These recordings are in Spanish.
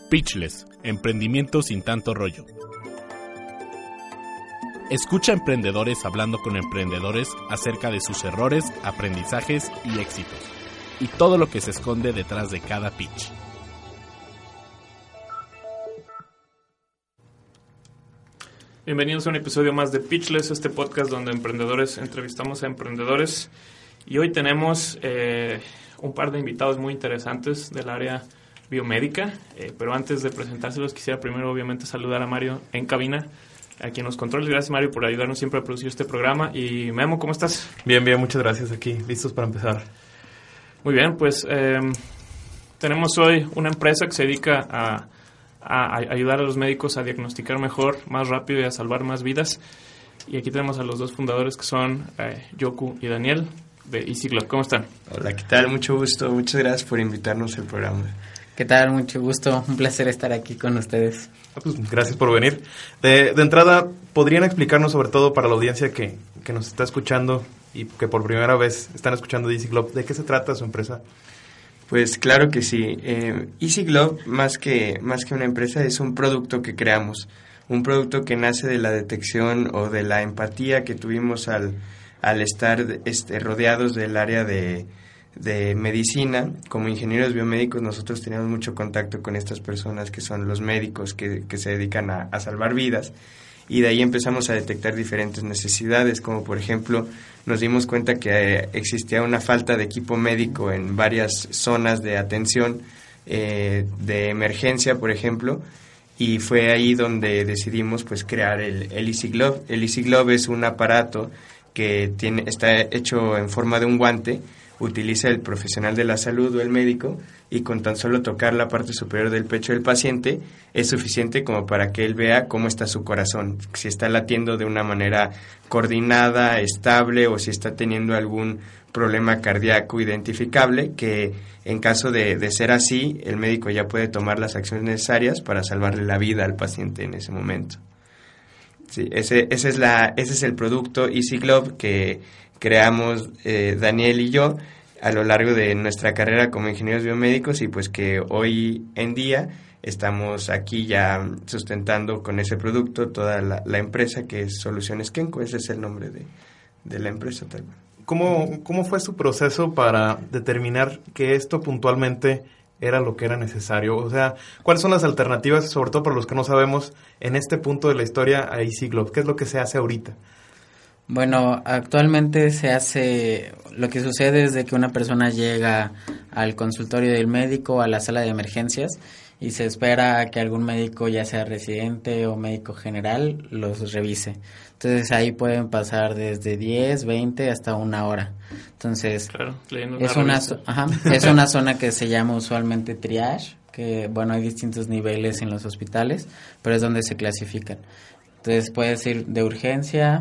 Pitchless, emprendimiento sin tanto rollo. Escucha a emprendedores hablando con emprendedores acerca de sus errores, aprendizajes y éxitos, y todo lo que se esconde detrás de cada pitch. Bienvenidos a un episodio más de Pitchless, este podcast donde emprendedores entrevistamos a emprendedores. Y hoy tenemos un par de invitados muy interesantes del área biomédica, pero antes de presentárselos quisiera primero obviamente saludar a Mario en cabina, aquí en los controles. Gracias, Mario, por ayudarnos siempre a producir este programa. Y Memo, ¿cómo estás? Bien, muchas gracias, aquí listos para empezar. Muy bien, pues tenemos hoy una empresa que se dedica a ayudar a los médicos a diagnosticar mejor, más rápido y a salvar más vidas. Y aquí tenemos a los dos fundadores que son Yoku y Daniel de EasyGlove. ¿Cómo están? Hola, ¿qué tal? Mucho gusto. Muchas gracias por invitarnos al programa. ¿Qué tal? Mucho gusto. Un placer estar aquí con ustedes. Pues, gracias por venir. De entrada, ¿podrían explicarnos, sobre todo para la audiencia que nos está escuchando y que por primera vez están escuchando de EasyGlove, de qué se trata su empresa? Pues claro que sí. EasyGlove, más que una empresa, es un producto que creamos. Un producto que nace de la detección o de la empatía que tuvimos al estar rodeados del área de medicina. Como ingenieros biomédicos nosotros teníamos mucho contacto con estas personas que son los médicos que se dedican a salvar vidas, y de ahí empezamos a detectar diferentes necesidades, como por ejemplo nos dimos cuenta que existía una falta de equipo médico en varias zonas de atención de emergencia, por ejemplo, y fue ahí donde decidimos pues crear el EasyGlove. El EasyGlove es un aparato que está hecho en forma de un guante. Utiliza el profesional de la salud o el médico, y con tan solo tocar la parte superior del pecho del paciente es suficiente como para que él vea cómo está su corazón, si está latiendo de una manera coordinada, estable, o si está teniendo algún problema cardíaco identificable, que en caso de ser así, el médico ya puede tomar las acciones necesarias para salvarle la vida al paciente en ese momento. Sí, ese es el producto EasyGlove que creamos Daniel y yo a lo largo de nuestra carrera como ingenieros biomédicos, y pues que hoy en día estamos aquí ya sustentando con ese producto toda la empresa, que es Soluciones Kenko. Ese es el nombre de la empresa tal cual. ¿Cómo fue su proceso para determinar que esto puntualmente era lo que era necesario? O sea, ¿cuáles son las alternativas, sobre todo para los que no sabemos, en este punto de la historia a EasyGlove? ¿Qué es lo que se hace ahorita? Bueno, actualmente lo que sucede es de que una persona llega al consultorio del médico, a la sala de emergencias, y se espera que algún médico, ya sea residente o médico general, los revise. Entonces ahí pueden pasar desde 10, 20 hasta una hora. Entonces, claro, es una zona que se llama usualmente triage, que bueno, hay distintos niveles en los hospitales, pero es donde se clasifican. Entonces puede ser de urgencia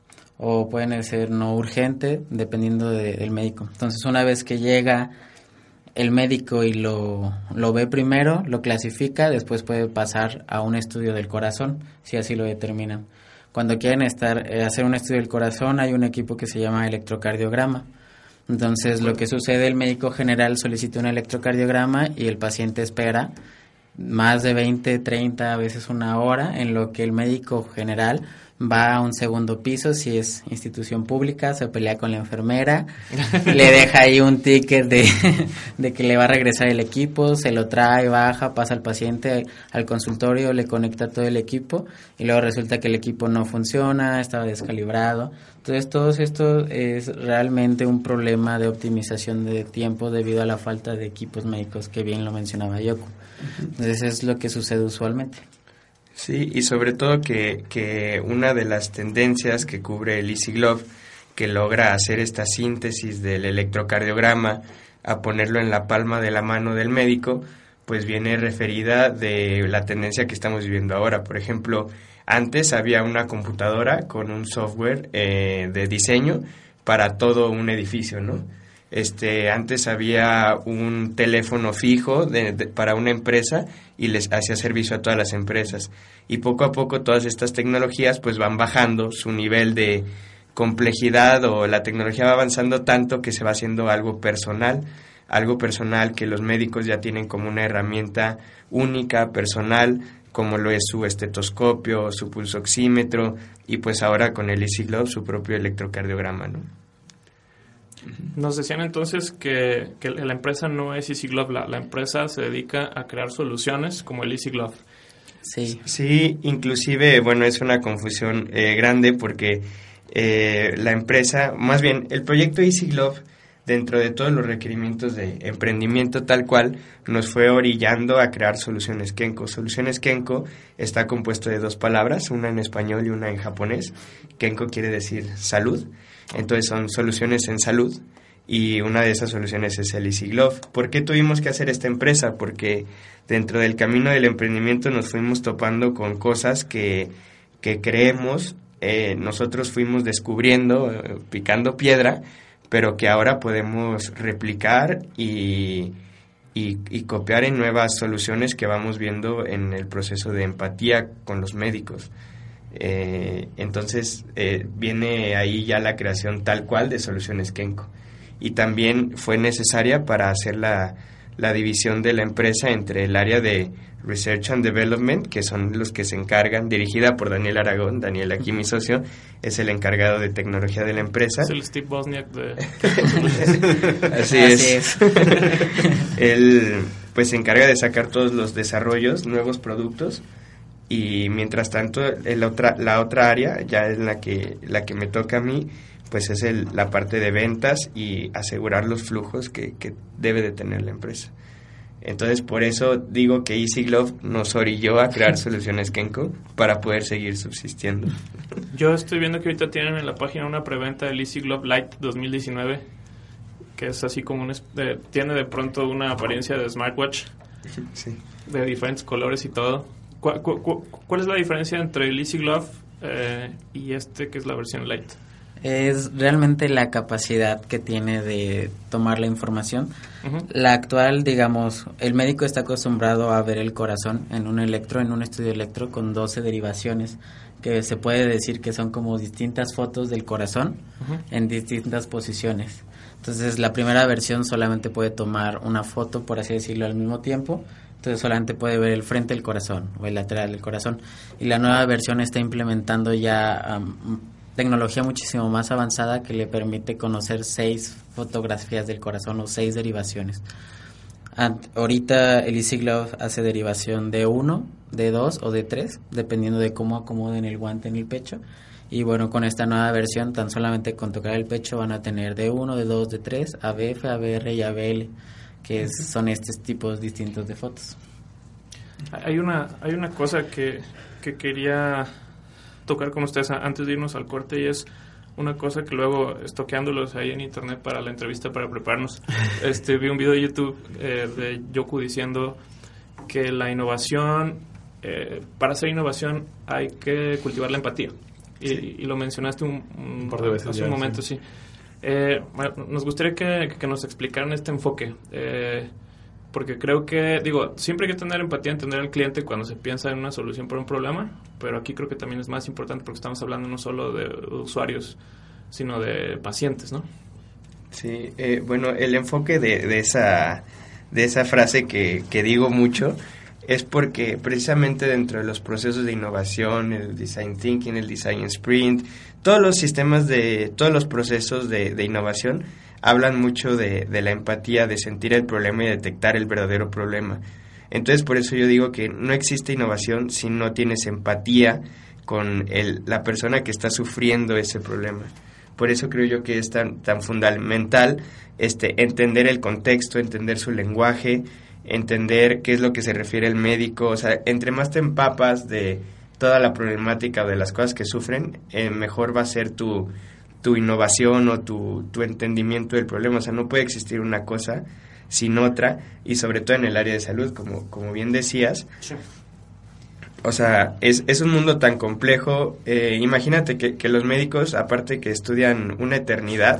o pueden ser no urgente, dependiendo del médico. Entonces, una vez que llega el médico y lo ve primero, lo clasifica, después puede pasar a un estudio del corazón, si así lo determinan. Cuando quieren hacer un estudio del corazón, hay un equipo que se llama electrocardiograma. Entonces, lo que sucede, el médico general solicita un electrocardiograma y el paciente espera más de 20, 30, a veces una hora, en lo que el médico general va a un segundo piso. Si es institución pública, se pelea con la enfermera, le deja ahí un ticket de que le va a regresar el equipo, se lo trae, baja, pasa al paciente al consultorio, le conecta todo el equipo, y luego resulta que el equipo no funciona, estaba descalibrado. Entonces, todo esto es realmente un problema de optimización de tiempo debido a la falta de equipos médicos, que bien lo mencionaba Yoku. Entonces, es lo que sucede usualmente. Sí, y sobre todo que una de las tendencias que cubre el EasyGlove, que logra hacer esta síntesis del electrocardiograma a ponerlo en la palma de la mano del médico, pues viene referida de la tendencia que estamos viviendo ahora. Por ejemplo, antes había una computadora con un software de diseño para todo un edificio, ¿no? Antes había un teléfono fijo para una empresa y les hacía servicio a todas las empresas, y poco a poco todas estas tecnologías pues van bajando su nivel de complejidad, o la tecnología va avanzando tanto que se va haciendo algo personal. algo personal que los médicos ya tienen como una herramienta única, personal, como lo es su estetoscopio, su pulsoxímetro y pues ahora con el Easy Glove su propio electrocardiograma, ¿no? Nos decían entonces que la empresa no es Easy Glove, la empresa se dedica a crear soluciones como el Easy Glove. Sí, inclusive, bueno, es una confusión grande porque la empresa, más bien, el proyecto Easy Glove, dentro de todos los requerimientos de emprendimiento tal cual, nos fue orillando a crear Soluciones Kenko. Soluciones Kenko está compuesto de 2 palabras, una en español y una en japonés. Kenko quiere decir salud, entonces son soluciones en salud y una de esas soluciones es el Easy Glove. ¿Por qué tuvimos que hacer esta empresa? Porque dentro del camino del emprendimiento nos fuimos topando con cosas que creemos, nosotros fuimos descubriendo, picando piedra, pero que ahora podemos replicar y copiar en nuevas soluciones que vamos viendo en el proceso de empatía con los médicos. Entonces viene ahí ya la creación tal cual de Soluciones Kenko. Y también fue necesaria para hacer la división de la empresa entre el área de Research and Development, que son los que se encargan, dirigida por Daniel Aragón. Daniel, aquí mi socio, es el encargado de tecnología de la empresa. Es el Steve Wozniak de... Así es. Él pues se encarga de sacar todos los desarrollos, nuevos productos, y mientras tanto la otra área, ya es la que me toca a mí, pues es la parte de ventas y asegurar los flujos que debe de tener la empresa. Entonces, por eso digo que Easy Glove nos orilló a crear Soluciones Kenko para poder seguir subsistiendo. Yo estoy viendo que ahorita tienen en la página una preventa del Easy Glove Lite 2019, que es así como tiene de pronto una apariencia de smartwatch, sí, de diferentes colores y todo. ¿Cuál es la diferencia entre el Easy Glove y que es la versión Lite? Es realmente la capacidad que tiene de tomar la información. Uh-huh. La actual, digamos, el médico está acostumbrado a ver el corazón en un estudio electro con 12 derivaciones, que se puede decir que son como distintas fotos del corazón uh-huh. en distintas posiciones. Entonces, la primera versión solamente puede tomar una foto, por así decirlo, al mismo tiempo. Entonces, solamente puede ver el frente del corazón o el lateral del corazón. Y la nueva versión está implementando ya tecnología muchísimo más avanzada que le permite conocer 6 fotografías del corazón o 6 derivaciones. Ahorita el Easy Glove hace derivación de 1, de 2 o de 3, dependiendo de cómo acomoden el guante en el pecho. Y bueno, con esta nueva versión, tan solamente con tocar el pecho van a tener de 1, de 2, de 3, ABF, ABR y ABL, que son estos tipos distintos de fotos. Hay una cosa que quería tocar con ustedes antes de irnos al corte, y es una cosa que luego, estoqueándolos ahí en internet para la entrevista, para prepararnos, vi un video de YouTube de Yoku diciendo que la innovación, para hacer innovación hay que cultivar la empatía. Y lo mencionaste un par de veces hace un momento, sí. Bueno, nos gustaría que nos explicaran este enfoque, porque creo que, siempre hay que tener empatía, entender al cliente cuando se piensa en una solución para un problema, pero aquí creo que también es más importante porque estamos hablando no solo de usuarios, sino de pacientes, ¿no? Sí, bueno, el enfoque de esa frase que digo mucho es porque precisamente dentro de los procesos de innovación, el Design Thinking, el Design Sprint, todos los sistemas todos los procesos de innovación hablan mucho de la empatía, de sentir el problema y detectar el verdadero problema. Entonces, por eso yo digo que no existe innovación si no tienes empatía con la persona que está sufriendo ese problema. Por eso creo yo que es tan fundamental entender el contexto, entender su lenguaje, entender qué es lo que se refiere el médico. O sea, entre más te empapas de toda la problemática o de las cosas que sufren, mejor va a ser tu innovación o tu entendimiento del problema. O sea, no puede existir una cosa sin otra, y sobre todo en el área de salud, como bien decías. Sí. O sea, es un mundo tan complejo. Imagínate que los médicos, aparte que estudian una eternidad,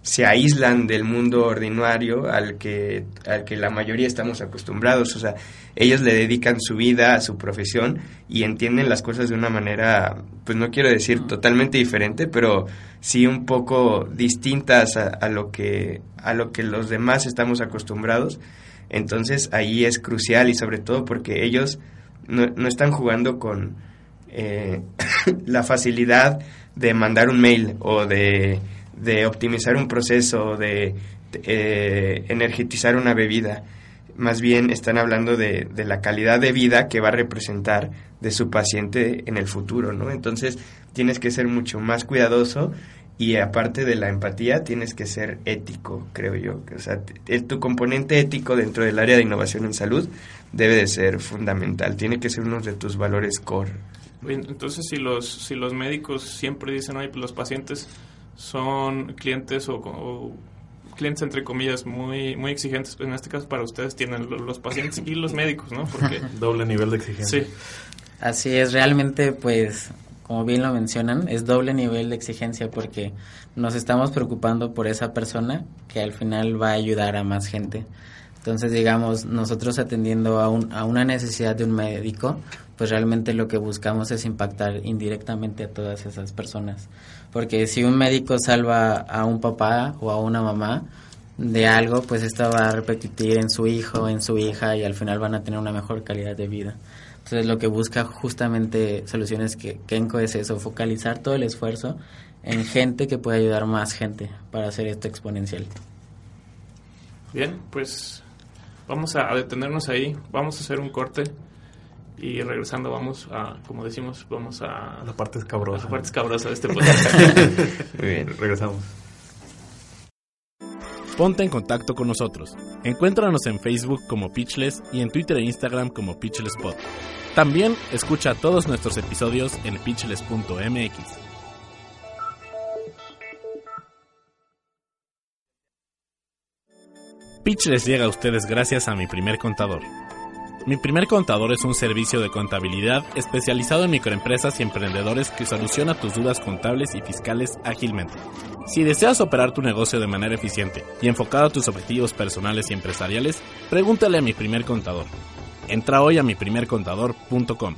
se aíslan del mundo ordinario al que la mayoría estamos acostumbrados. O sea, ellos le dedican su vida a su profesión y entienden las cosas de una manera, pues no quiero decir totalmente diferente, pero sí un poco distintas a lo que los demás estamos acostumbrados. Entonces ahí es crucial, y sobre todo porque ellos no están jugando con la facilidad de mandar un mail o de optimizar un proceso, de energetizar una bebida. Más bien están hablando de la calidad de vida que va a representar de su paciente en el futuro, ¿no? Entonces tienes que ser mucho más cuidadoso, y aparte de la empatía tienes que ser ético, creo yo. O sea, tu componente ético dentro del área de innovación en salud debe de ser fundamental, tiene que ser uno de tus valores core. Entonces, si los médicos siempre dicen, oye, pues los pacientes son clientes o clientes entre comillas muy muy exigentes, pues en este caso para ustedes tienen los pacientes y los médicos, ¿no? Porque doble nivel de exigencia. Sí. Así es, realmente pues como bien lo mencionan, es doble nivel de exigencia porque nos estamos preocupando por esa persona que al final va a ayudar a más gente. Entonces, digamos, nosotros atendiendo a una necesidad de un médico, pues realmente lo que buscamos es impactar indirectamente a todas esas personas. Porque si un médico salva a un papá o a una mamá de algo, pues esto va a repercutir en su hijo, en su hija, y al final van a tener una mejor calidad de vida. Entonces, lo que busca justamente Soluciones Kenko es eso, focalizar todo el esfuerzo en gente que pueda ayudar más gente para hacer esto exponencial. Bien, pues vamos a detenernos ahí, vamos a hacer un corte y regresando vamos a, como decimos, vamos a la parte escabrosa. La parte escabrosa de este podcast. Muy bien, regresamos. Ponte en contacto con nosotros. Encuéntranos en Facebook como Pitchless y en Twitter e Instagram como PitchlessPod. También escucha todos nuestros episodios en pitchless.mx. Pitchless llega a ustedes gracias a Mi Primer Contador. Mi Primer Contador es un servicio de contabilidad especializado en microempresas y emprendedores que soluciona tus dudas contables y fiscales ágilmente. Si deseas operar tu negocio de manera eficiente y enfocado a tus objetivos personales y empresariales, pregúntale a Mi Primer Contador. Entra hoy a miprimercontador.com.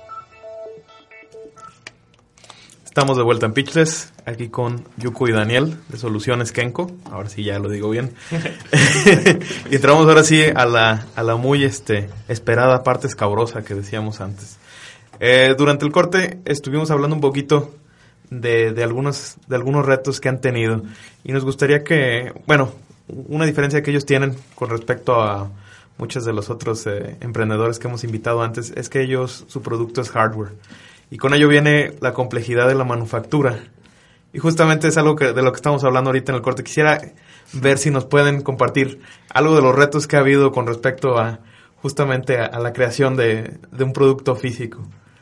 Estamos de vuelta en Pitchless, aquí con Yuko y Daniel de Soluciones Kenko. Ahora sí ya lo digo bien. Y entramos ahora sí a la muy esperada parte escabrosa que decíamos antes. Durante el corte estuvimos hablando un poquito de algunos retos que han tenido. Y nos gustaría que, bueno, una diferencia que ellos tienen con respecto a muchos de los otros emprendedores que hemos invitado antes es que su producto es hardware. Y con ello viene la complejidad de la manufactura. Y justamente es algo de lo que estamos hablando ahorita en el corte. Quisiera ver si nos pueden compartir algo de los retos que ha habido con respecto a justamente a la creación de un producto físico.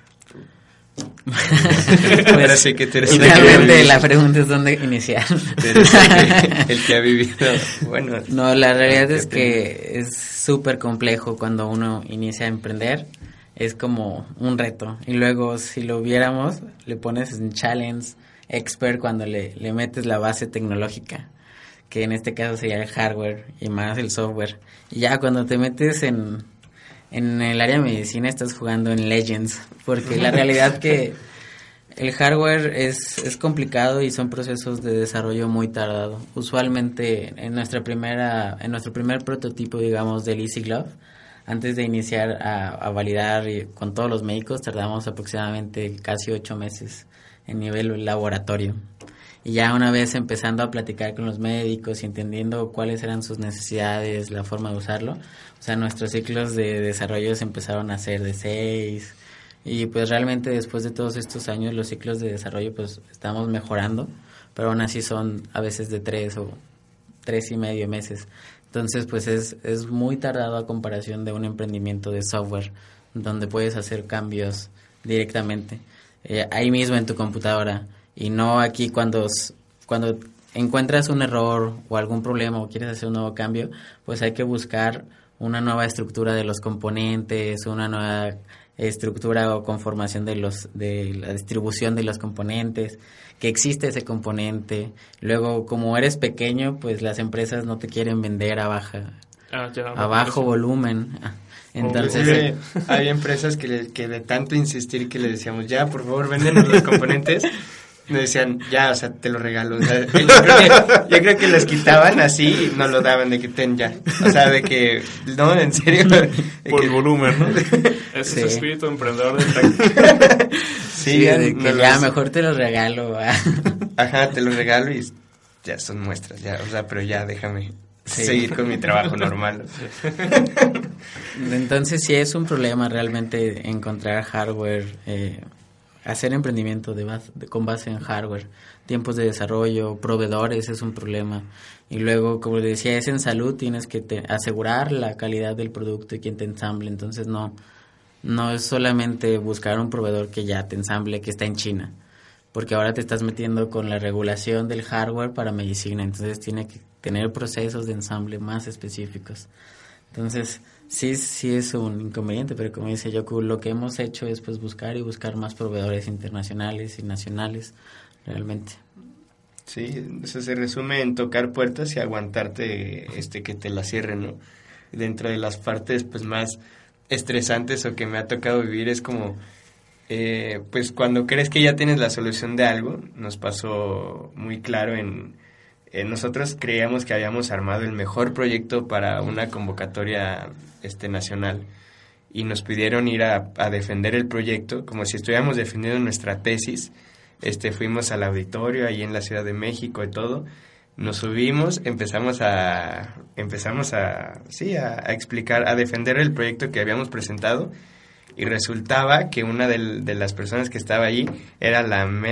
Pues, sí que realmente la pregunta es dónde iniciar. El que ha vivido. Bueno, no, la realidad es que es súper complejo cuando uno inicia a emprender. Es como un reto. Y luego, si lo viéramos, le pones en challenge expert cuando le metes la base tecnológica, que en este caso sería el hardware y más el software. Y ya cuando te metes en el área de medicina estás jugando en Legends, porque la realidad que el hardware es complicado y son procesos de desarrollo muy tardado. Usualmente en nuestro primer prototipo, digamos, del Easy Glove, antes de iniciar a validar con todos los médicos, tardamos aproximadamente casi 8 meses en nivel laboratorio. Y ya una vez empezando a platicar con los médicos y entendiendo cuáles eran sus necesidades, la forma de usarlo, o sea, nuestros ciclos de desarrollo se empezaron a hacer de 6. Y pues realmente después de todos estos años los ciclos de desarrollo pues estamos mejorando, pero aún así son a veces de 3 o 3.5 meses. Entonces, pues es muy tardado a comparación de un emprendimiento de software, donde puedes hacer cambios directamente, ahí mismo en tu computadora, y no aquí cuando encuentras un error o algún problema o quieres hacer un nuevo cambio, pues hay que buscar una nueva estructura de los componentes, una nueva estructura o conformación de la distribución de los componentes, que existe ese componente. Luego, como eres pequeño, pues las empresas no te quieren vender a bajo volumen. Entonces hay empresas que de tanto insistir que le decíamos, ya, por favor, véndenos los componentes, nos decían, ya, o sea, te lo regalo. O sea, yo creo que los quitaban así y no lo daban, de que ten ya. O sea, de que, no, en serio. Por el volumen, ¿no? Ese es espíritu emprendedor del tech. Sí, de que ya, mejor te lo regalo. Ajá, te lo regalo y ya son muestras, ya, o sea, pero ya déjame seguir con mi trabajo normal. Entonces sí es un problema realmente encontrar hardware, hacer emprendimiento con base en hardware, tiempos de desarrollo, proveedores es un problema. Y luego, como decía, es en salud, tienes que asegurar la calidad del producto y quien te ensamble. Entonces no es solamente buscar un proveedor que ya te ensamble, que está en China, porque ahora te estás metiendo con la regulación del hardware para medicina, entonces tiene que tener procesos de ensamble más específicos. Entonces, sí es un inconveniente, pero como dice Yoku, lo que hemos hecho es pues buscar más proveedores internacionales y nacionales, realmente. Sí, eso se resume en tocar puertas y aguantarte que te la cierren, ¿no? Dentro de las partes pues más estresantes o que me ha tocado vivir es como pues cuando crees que ya tienes la solución de algo. Nos pasó muy claro nosotros creíamos que habíamos armado el mejor proyecto para una convocatoria nacional y nos pidieron ir a defender el proyecto como si estuviéramos defendiendo nuestra tesis. Fuimos al auditorio ahí en la Ciudad de México y todo. Nos subimos, empezamos a explicar, a defender el proyecto que habíamos presentado, y resultaba que una de las personas que estaba allí era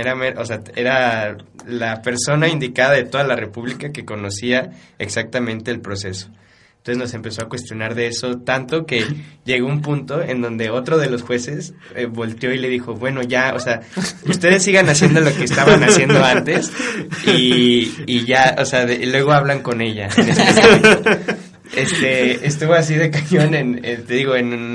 era la persona indicada de toda la República que conocía exactamente el proceso. Entonces nos empezó a cuestionar de eso tanto que llegó un punto en donde otro de los jueces volteó y le dijo, bueno, ya, o sea, ustedes sigan haciendo lo que estaban haciendo antes y ya, o sea, y luego hablan con ella. En específico. Estuvo así de cañón te digo,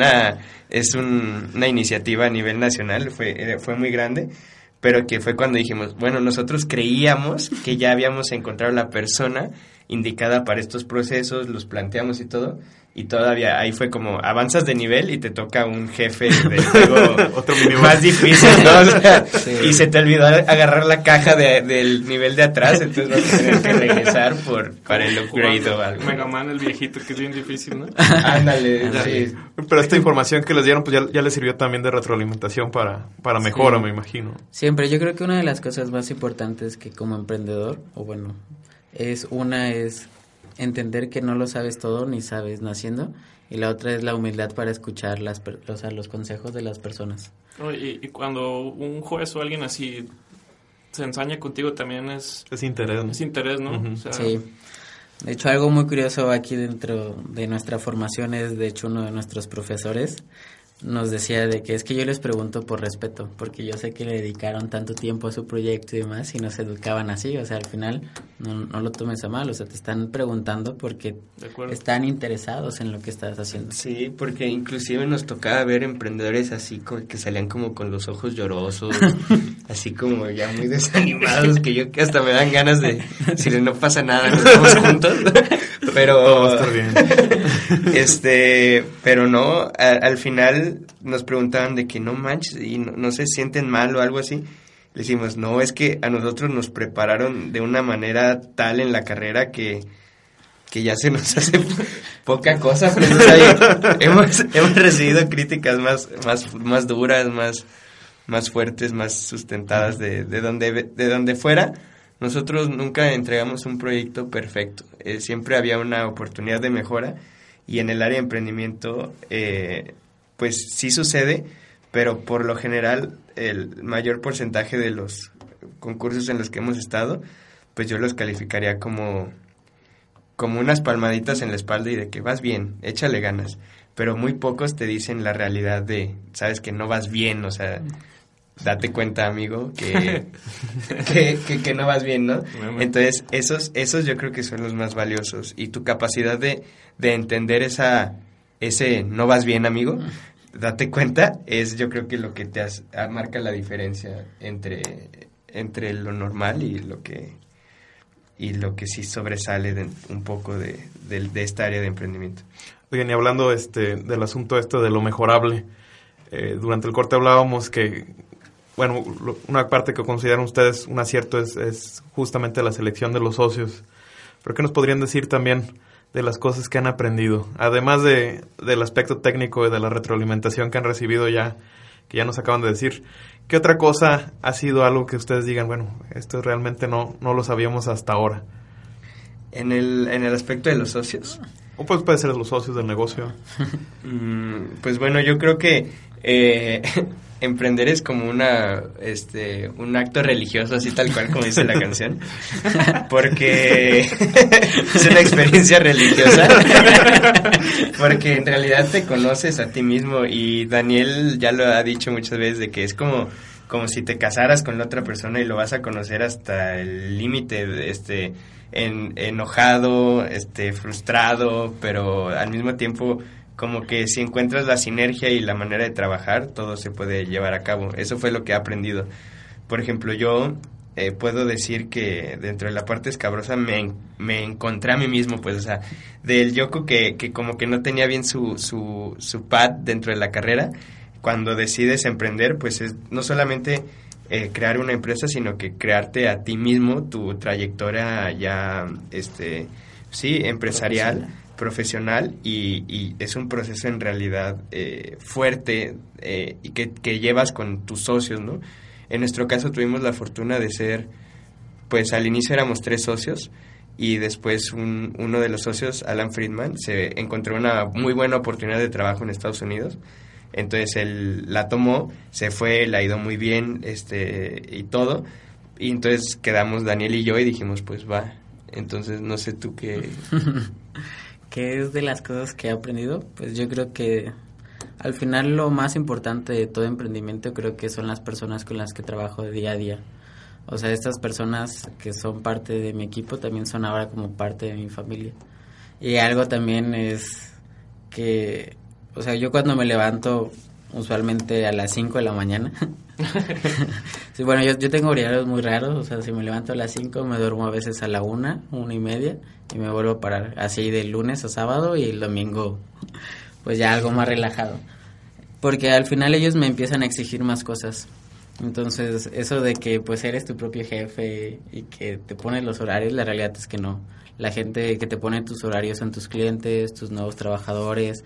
una iniciativa a nivel nacional, fue muy grande, pero que fue cuando dijimos, bueno, nosotros creíamos que ya habíamos encontrado la persona indicada para estos procesos, los planteamos y todo, y todavía ahí fue como avanzas de nivel y te toca un jefe de juego más difícil, ¿no? O sea, sí. Y se te olvidó agarrar la caja del nivel de atrás, entonces vas a tener que regresar para el upgrade o algo. Mega Man, el viejito, que es bien difícil, ¿no? Ándale, sí. Pero esta información que les dieron pues ya les sirvió también de retroalimentación para mejora, sí. Me imagino. Siempre, yo creo que una de las cosas más importantes que como emprendedor, es entender que no lo sabes todo ni sabes naciendo, y la otra es la humildad para escuchar los consejos de las personas. Y cuando un juez o alguien así se ensaña contigo también es interés, ¿no? Es interés, ¿no? Uh-huh. O sea, sí. De hecho, algo muy curioso aquí dentro de nuestra formación es, de hecho, uno de nuestros profesores nos decía de que es que yo les pregunto por respeto, porque yo sé que le dedicaron tanto tiempo a su proyecto y demás, y nos educaban así, o sea, al final no lo tomes a mal, o sea, te están preguntando porque están interesados en lo que estás haciendo. Sí, porque inclusive nos tocaba ver emprendedores así que salían como con los ojos llorosos, así como ya muy desanimados, que hasta me dan ganas de decirle no pasa nada, nos estamos juntos, pero todo va a estar bien. Pero no, al final nos preguntaban de que no manches y no se sienten mal o algo así. Le decimos, no, es que a nosotros nos prepararon de una manera tal en la carrera que ya se nos hace poca cosa, pues, o sea, hemos recibido críticas más duras, más fuertes, más sustentadas de donde fuera. Nosotros nunca entregamos un proyecto perfecto, siempre había una oportunidad de mejora, y en el área de emprendimiento pues sí sucede, pero por lo general el mayor porcentaje de los concursos en los que hemos estado, pues yo los calificaría como unas palmaditas en la espalda y de que vas bien, échale ganas, pero muy pocos te dicen la realidad de, sabes que no vas bien, o sea, date cuenta, amigo, que no vas bien, ¿no? Entonces, esos yo creo que son los más valiosos, y tu capacidad de entender esa ese no vas bien, amigo, date cuenta, es yo creo que lo que marca la diferencia entre lo normal y lo que sí sobresale un poco de esta área de emprendimiento. Oigan, y hablando del asunto de lo mejorable, durante el corte hablábamos que, bueno, una parte que consideran ustedes un acierto es justamente la selección de los socios. ¿Pero qué nos podrían decir también de las cosas que han aprendido? Además del aspecto técnico y de la retroalimentación que han recibido ya, que ya nos acaban de decir, ¿qué otra cosa ha sido algo que ustedes digan, bueno, esto realmente no lo sabíamos hasta ahora? En el aspecto de los socios. O pues puede ser los socios del negocio. Pues bueno, yo creo que emprender es como un acto religioso, así tal cual como dice la canción, porque es una experiencia religiosa, porque en realidad te conoces a ti mismo, y Daniel ya lo ha dicho muchas veces, de que es como si te casaras con la otra persona y lo vas a conocer hasta el límite, enojado, frustrado, pero al mismo tiempo como que si encuentras la sinergia y la manera de trabajar, todo se puede llevar a cabo. Eso fue lo que he aprendido. Por ejemplo, yo puedo decir que dentro de la parte escabrosa me encontré a mí mismo, pues, o sea, del Yoko que como que no tenía bien su pad dentro de la carrera. Cuando decides emprender, pues es no solamente crear una empresa, sino que crearte a ti mismo tu trayectoria ya, empresarial, profesional, y es un proceso en realidad fuerte y que llevas con tus socios, ¿no? En nuestro caso tuvimos la fortuna de ser, pues al inicio éramos 3 socios, y después uno de los socios, Alan Friedman, se encontró una muy buena oportunidad de trabajo en Estados Unidos. Entonces él la tomó, se fue, le ha ido muy bien, y todo, y entonces quedamos Daniel y yo y dijimos, pues va. Entonces no sé tú qué... ¿Qué es de las cosas que he aprendido? Pues yo creo que al final lo más importante de todo emprendimiento creo que son las personas con las que trabajo de día a día. O sea, estas personas que son parte de mi equipo también son ahora como parte de mi familia. Y algo también es que, o sea, yo cuando me levanto usualmente a las 5 de la mañana. Sí, bueno, yo tengo horarios muy raros, o sea, si me levanto a las 5 me duermo a veces a la 1:30 y me vuelvo a parar así de lunes a sábado, y el domingo pues ya algo más relajado. Porque al final ellos me empiezan a exigir más cosas. Entonces, eso de que pues eres tu propio jefe y que te pones los horarios, la realidad es que no. La gente que te pone tus horarios son tus clientes, tus nuevos trabajadores,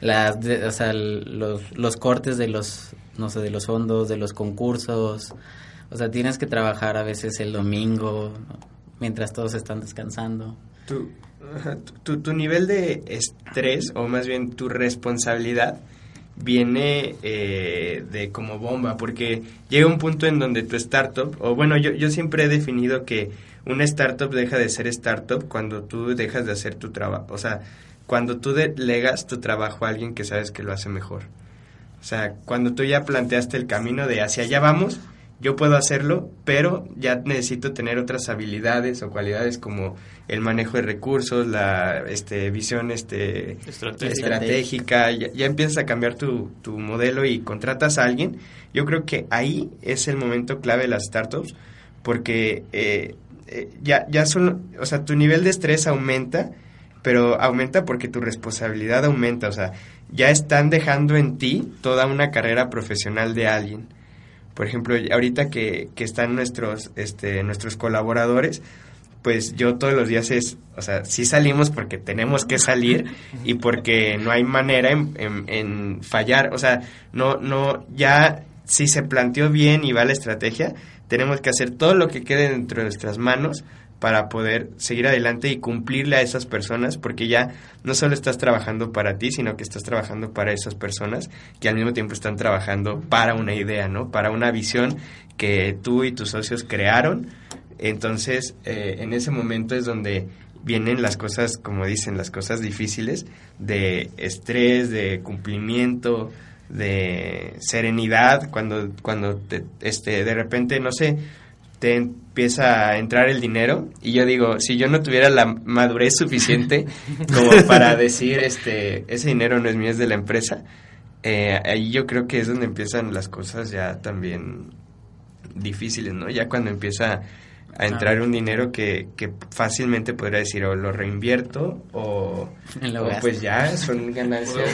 los cortes de los, no sé, de los fondos, de los concursos. O sea, tienes que trabajar a veces el domingo, ¿no?, mientras todos están descansando. Tu nivel de estrés, o más bien tu responsabilidad, viene de como bomba, porque llega un punto en donde tu startup, o bueno, yo siempre he definido que una startup deja de ser startup cuando tú dejas de hacer tu trabajo, o sea, cuando tú delegas tu trabajo a alguien que sabes que lo hace mejor. O sea, cuando tú ya planteaste el camino de hacia allá vamos, yo puedo hacerlo, pero ya necesito tener otras habilidades o cualidades como el manejo de recursos, la visión estratégica. Ya empiezas a cambiar tu modelo y contratas a alguien. Yo creo que ahí es el momento clave de las startups, porque ya son, o sea, tu nivel de estrés aumenta, pero aumenta porque tu responsabilidad aumenta. O sea, ya están dejando en ti toda una carrera profesional de alguien. Por ejemplo, ahorita que están nuestros colaboradores, pues yo todos los días o sea, sí salimos porque tenemos que salir y porque no hay manera en fallar. O sea, ya si se planteó bien y va la estrategia, tenemos que hacer todo lo que quede dentro de nuestras manos para poder seguir adelante y cumplirle a esas personas, porque ya no solo estás trabajando para ti, sino que estás trabajando para esas personas que al mismo tiempo están trabajando para una idea, ¿no? Para una visión que tú y tus socios crearon. Entonces, en ese momento es donde vienen las cosas, como dicen, las cosas difíciles, de estrés, de cumplimiento, de serenidad, cuando de repente, no sé, te empieza a entrar el dinero, y yo digo, si yo no tuviera la madurez suficiente como para decir, ese dinero no es mío, es de la empresa, ahí yo creo que es donde empiezan las cosas ya también difíciles, ¿no? Ya cuando empieza a entrar un dinero que fácilmente podría decir, o lo reinvierto, o pues ya son ganancias.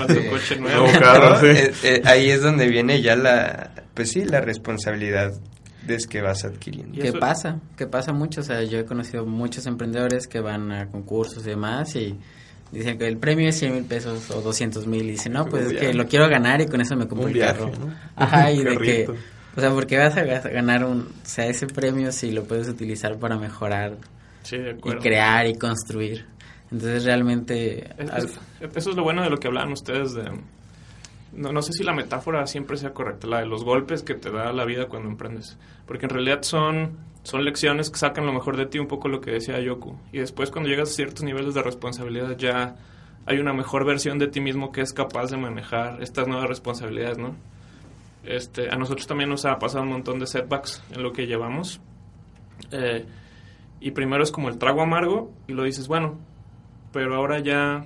Ahí es donde viene ya la responsabilidad que vas adquiriendo. ¿Qué pasa mucho? O sea, yo he conocido muchos emprendedores que van a concursos y demás y dicen que el premio es 100,000 pesos o 200,000 y dicen, no, pues es que lo quiero ganar y con eso me compro un carro, ¿no? Ajá, y de que, o sea, ¿por qué vas a ganar ese premio si lo puedes utilizar para mejorar y crear y construir? Entonces realmente... Eso es lo bueno de lo que hablaban ustedes de... No sé si la metáfora siempre sea correcta, la de los golpes que te da la vida cuando emprendes. Porque en realidad son lecciones que sacan lo mejor de ti, un poco lo que decía Yoku. Y después cuando llegas a ciertos niveles de responsabilidad ya hay una mejor versión de ti mismo que es capaz de manejar estas nuevas responsabilidades, ¿no? A nosotros también nos ha pasado un montón de setbacks en lo que llevamos. Y primero es como el trago amargo y lo dices, bueno, pero ahora ya...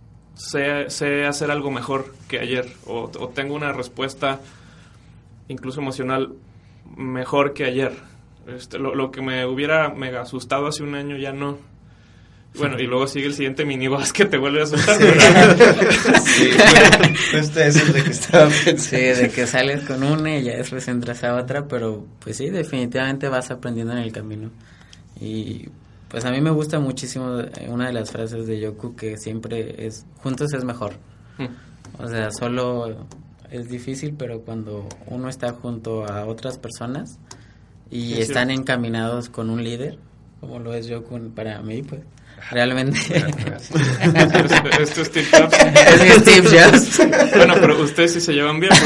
sé hacer algo mejor que ayer o tengo una respuesta incluso emocional mejor que ayer. Lo que me hubiera mega asustado hace un año ya no. Bueno, y luego sigue el siguiente minibus que te vuelve a asustar. Sí, justo eso es de que estaba pensando. Sí, de que sales con una y ya después entras a otra, pero pues sí, definitivamente vas aprendiendo en el camino. Y pues a mí me gusta muchísimo una de las frases de Yoku que siempre es, juntos es mejor. O sea, solo es difícil, pero cuando uno está junto a otras personas y sí, están encaminados con un líder, como lo es Yoku para mí, pues realmente... Esto es Steve Jobs. Es Steve Jobs. Bueno, pero ustedes sí se llevan bien.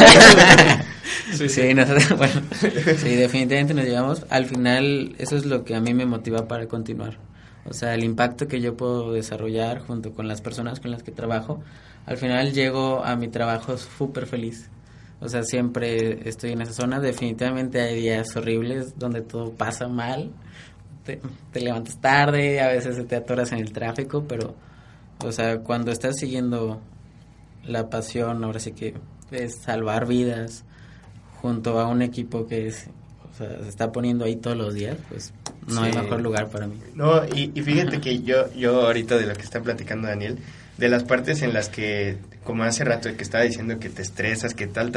Sí, nosotros, bueno, sí, definitivamente nos llevamos. Al final, eso es lo que a mí me motiva para continuar. O sea, el impacto que yo puedo desarrollar junto con las personas con las que trabajo, al final llego a mi trabajo súper feliz. O sea, siempre estoy en esa zona. Definitivamente hay días horribles donde todo pasa mal. Te levantas tarde, a veces te atoras en el tráfico, pero, o sea, cuando estás siguiendo la pasión, ahora sí que es salvar vidas, junto a un equipo que es, o sea, se está poniendo ahí todos los días, pues no hay mejor lugar para mí. No, y fíjate que yo ahorita de lo que está platicando Daniel, de las partes en las que, como hace rato que estaba diciendo que te estresas, que tal,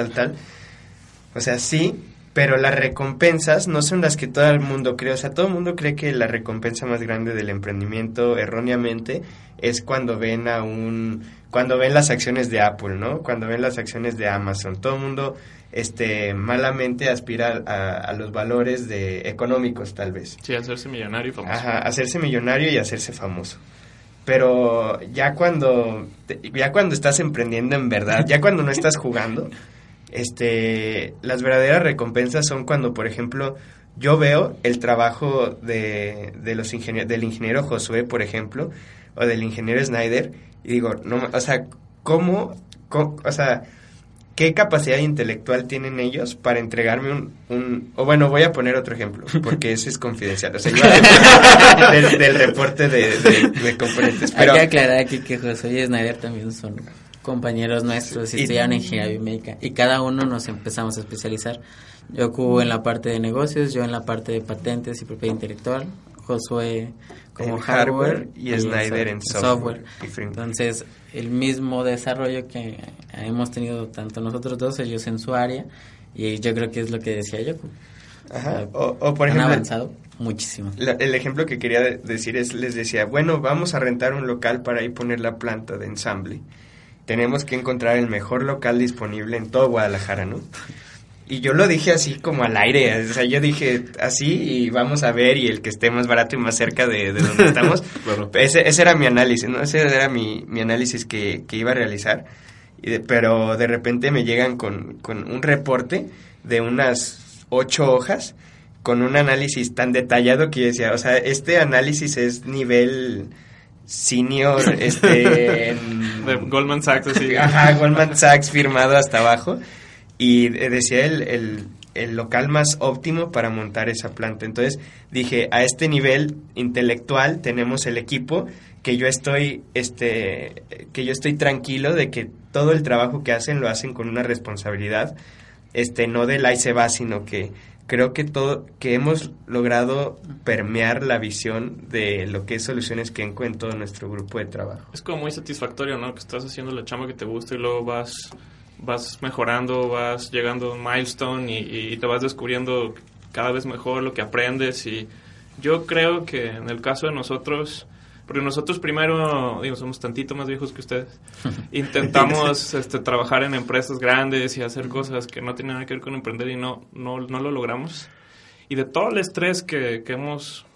o sea, sí, pero las recompensas no son las que todo el mundo cree. O sea, todo el mundo cree que la recompensa más grande del emprendimiento, erróneamente, es cuando ven las acciones de Apple, ¿no? Cuando ven las acciones de Amazon. Todo el mundo malamente aspira a los valores económicos, tal vez. Sí, hacerse millonario y famoso. Ajá, hacerse millonario y hacerse famoso. Pero ya cuando estás emprendiendo en verdad, ya cuando no estás jugando, las verdaderas recompensas son cuando, por ejemplo, yo veo el trabajo del ingeniero Josué, por ejemplo, o del ingeniero Snyder, y digo, no, o sea, ¿cómo o sea, qué capacidad intelectual tienen ellos para entregarme o bueno, voy a poner otro ejemplo, porque ese es confidencial, o sea, del reporte de componentes. Pero hay que aclarar aquí que Josué y Snyder también son compañeros nuestros y estudiaron ingeniería biomédica y cada uno nos empezamos a especializar. Yo en la parte de negocios, yo en la parte de patentes y propiedad intelectual, Josué como hardware y Snyder en software. Entonces, el mismo desarrollo que hemos tenido tanto nosotros dos, ellos en su área, y yo creo que es lo que decía Yoku. Ajá. O por ejemplo, han avanzado muchísimo. El ejemplo que quería decir les decía, bueno, vamos a rentar un local para ahí poner la planta de ensamble. Tenemos que encontrar el mejor local disponible en todo Guadalajara, ¿no? Y yo lo dije así como al aire, o sea, yo dije así y vamos a ver y el que esté más barato y más cerca de donde estamos. Bueno, ese era mi análisis, ¿no? Ese era mi análisis que iba a realizar, pero de repente me llegan con un reporte de unas 8 hojas con un análisis tan detallado que yo decía, o sea, este análisis es nivel senior, de Goldman Sachs, así. Ajá, Goldman Sachs firmado hasta abajo. Y decía el local más óptimo para montar esa planta. Entonces dije, a este nivel intelectual tenemos el equipo que yo estoy tranquilo de que todo el trabajo que hacen lo hacen con una responsabilidad, no del ahí se va, sino que creo que hemos logrado permear la visión de lo que es Soluciones Kenko en todo nuestro grupo de trabajo. Es como muy satisfactorio, ¿no? Que estás haciendo la chamba que te gusta y luego vas mejorando, vas llegando a un milestone y te vas descubriendo cada vez mejor lo que aprendes. Y yo creo que en el caso de nosotros, porque nosotros primero, somos tantito más viejos que ustedes, intentamos trabajar en empresas grandes y hacer cosas que no tienen nada que ver con emprender y no lo logramos. Y de todo el estrés que hemos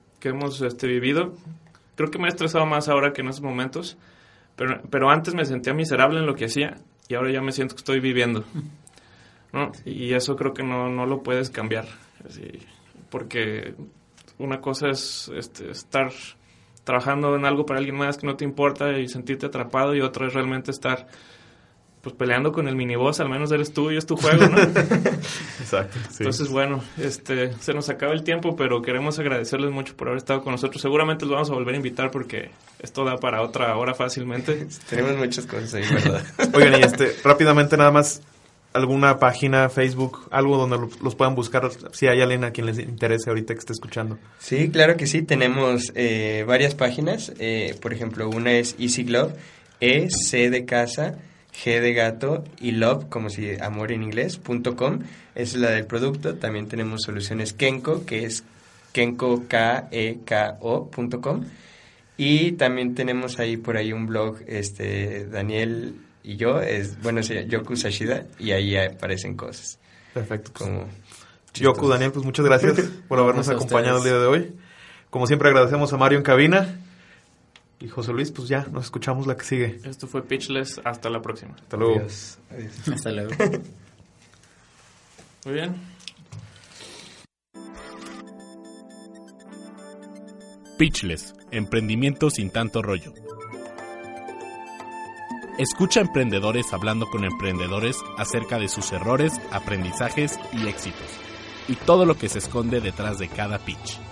vivido, creo que me he estresado más ahora que en esos momentos, pero antes me sentía miserable en lo que hacía y ahora ya me siento que estoy viviendo, ¿no? Y eso creo que no lo puedes cambiar, así, porque una cosa es estar trabajando en algo para alguien más que no te importa y sentirte atrapado, y otra es realmente estar pues peleando con el miniboss, al menos eres tú y es tu juego, ¿no? Exacto. Sí. Entonces, bueno, se nos acaba el tiempo, pero queremos agradecerles mucho por haber estado con nosotros. Seguramente los vamos a volver a invitar porque esto da para otra hora fácilmente. Tenemos muchas cosas ahí, ¿verdad? Oigan, y rápidamente nada más, alguna página, Facebook, algo donde los puedan buscar, si hay alguien a quien les interese ahorita que esté escuchando. Sí, claro que sí, tenemos varias páginas, por ejemplo, una es Easy Glove, C de casa, G de gato y love, como si amor en inglés, .com, esa es la del producto. También tenemos Soluciones Kenko, que es Kenko, KEKO.com, y también tenemos ahí por ahí un blog, Daniel y yo, Yoku Sashida, y ahí aparecen cosas. Perfecto. Como Yoku, Daniel, pues muchas gracias por habernos acompañado el día de hoy. Como siempre agradecemos a Mario en cabina. Y José Luis, pues ya, nos escuchamos la que sigue. Esto fue Pitchless, hasta la próxima. Hasta luego. Adiós. Hasta luego. Muy bien. Pitchless, emprendimiento sin tanto rollo. Escucha a emprendedores hablando con emprendedores acerca de sus errores, aprendizajes y éxitos, y todo lo que se esconde detrás de cada pitch.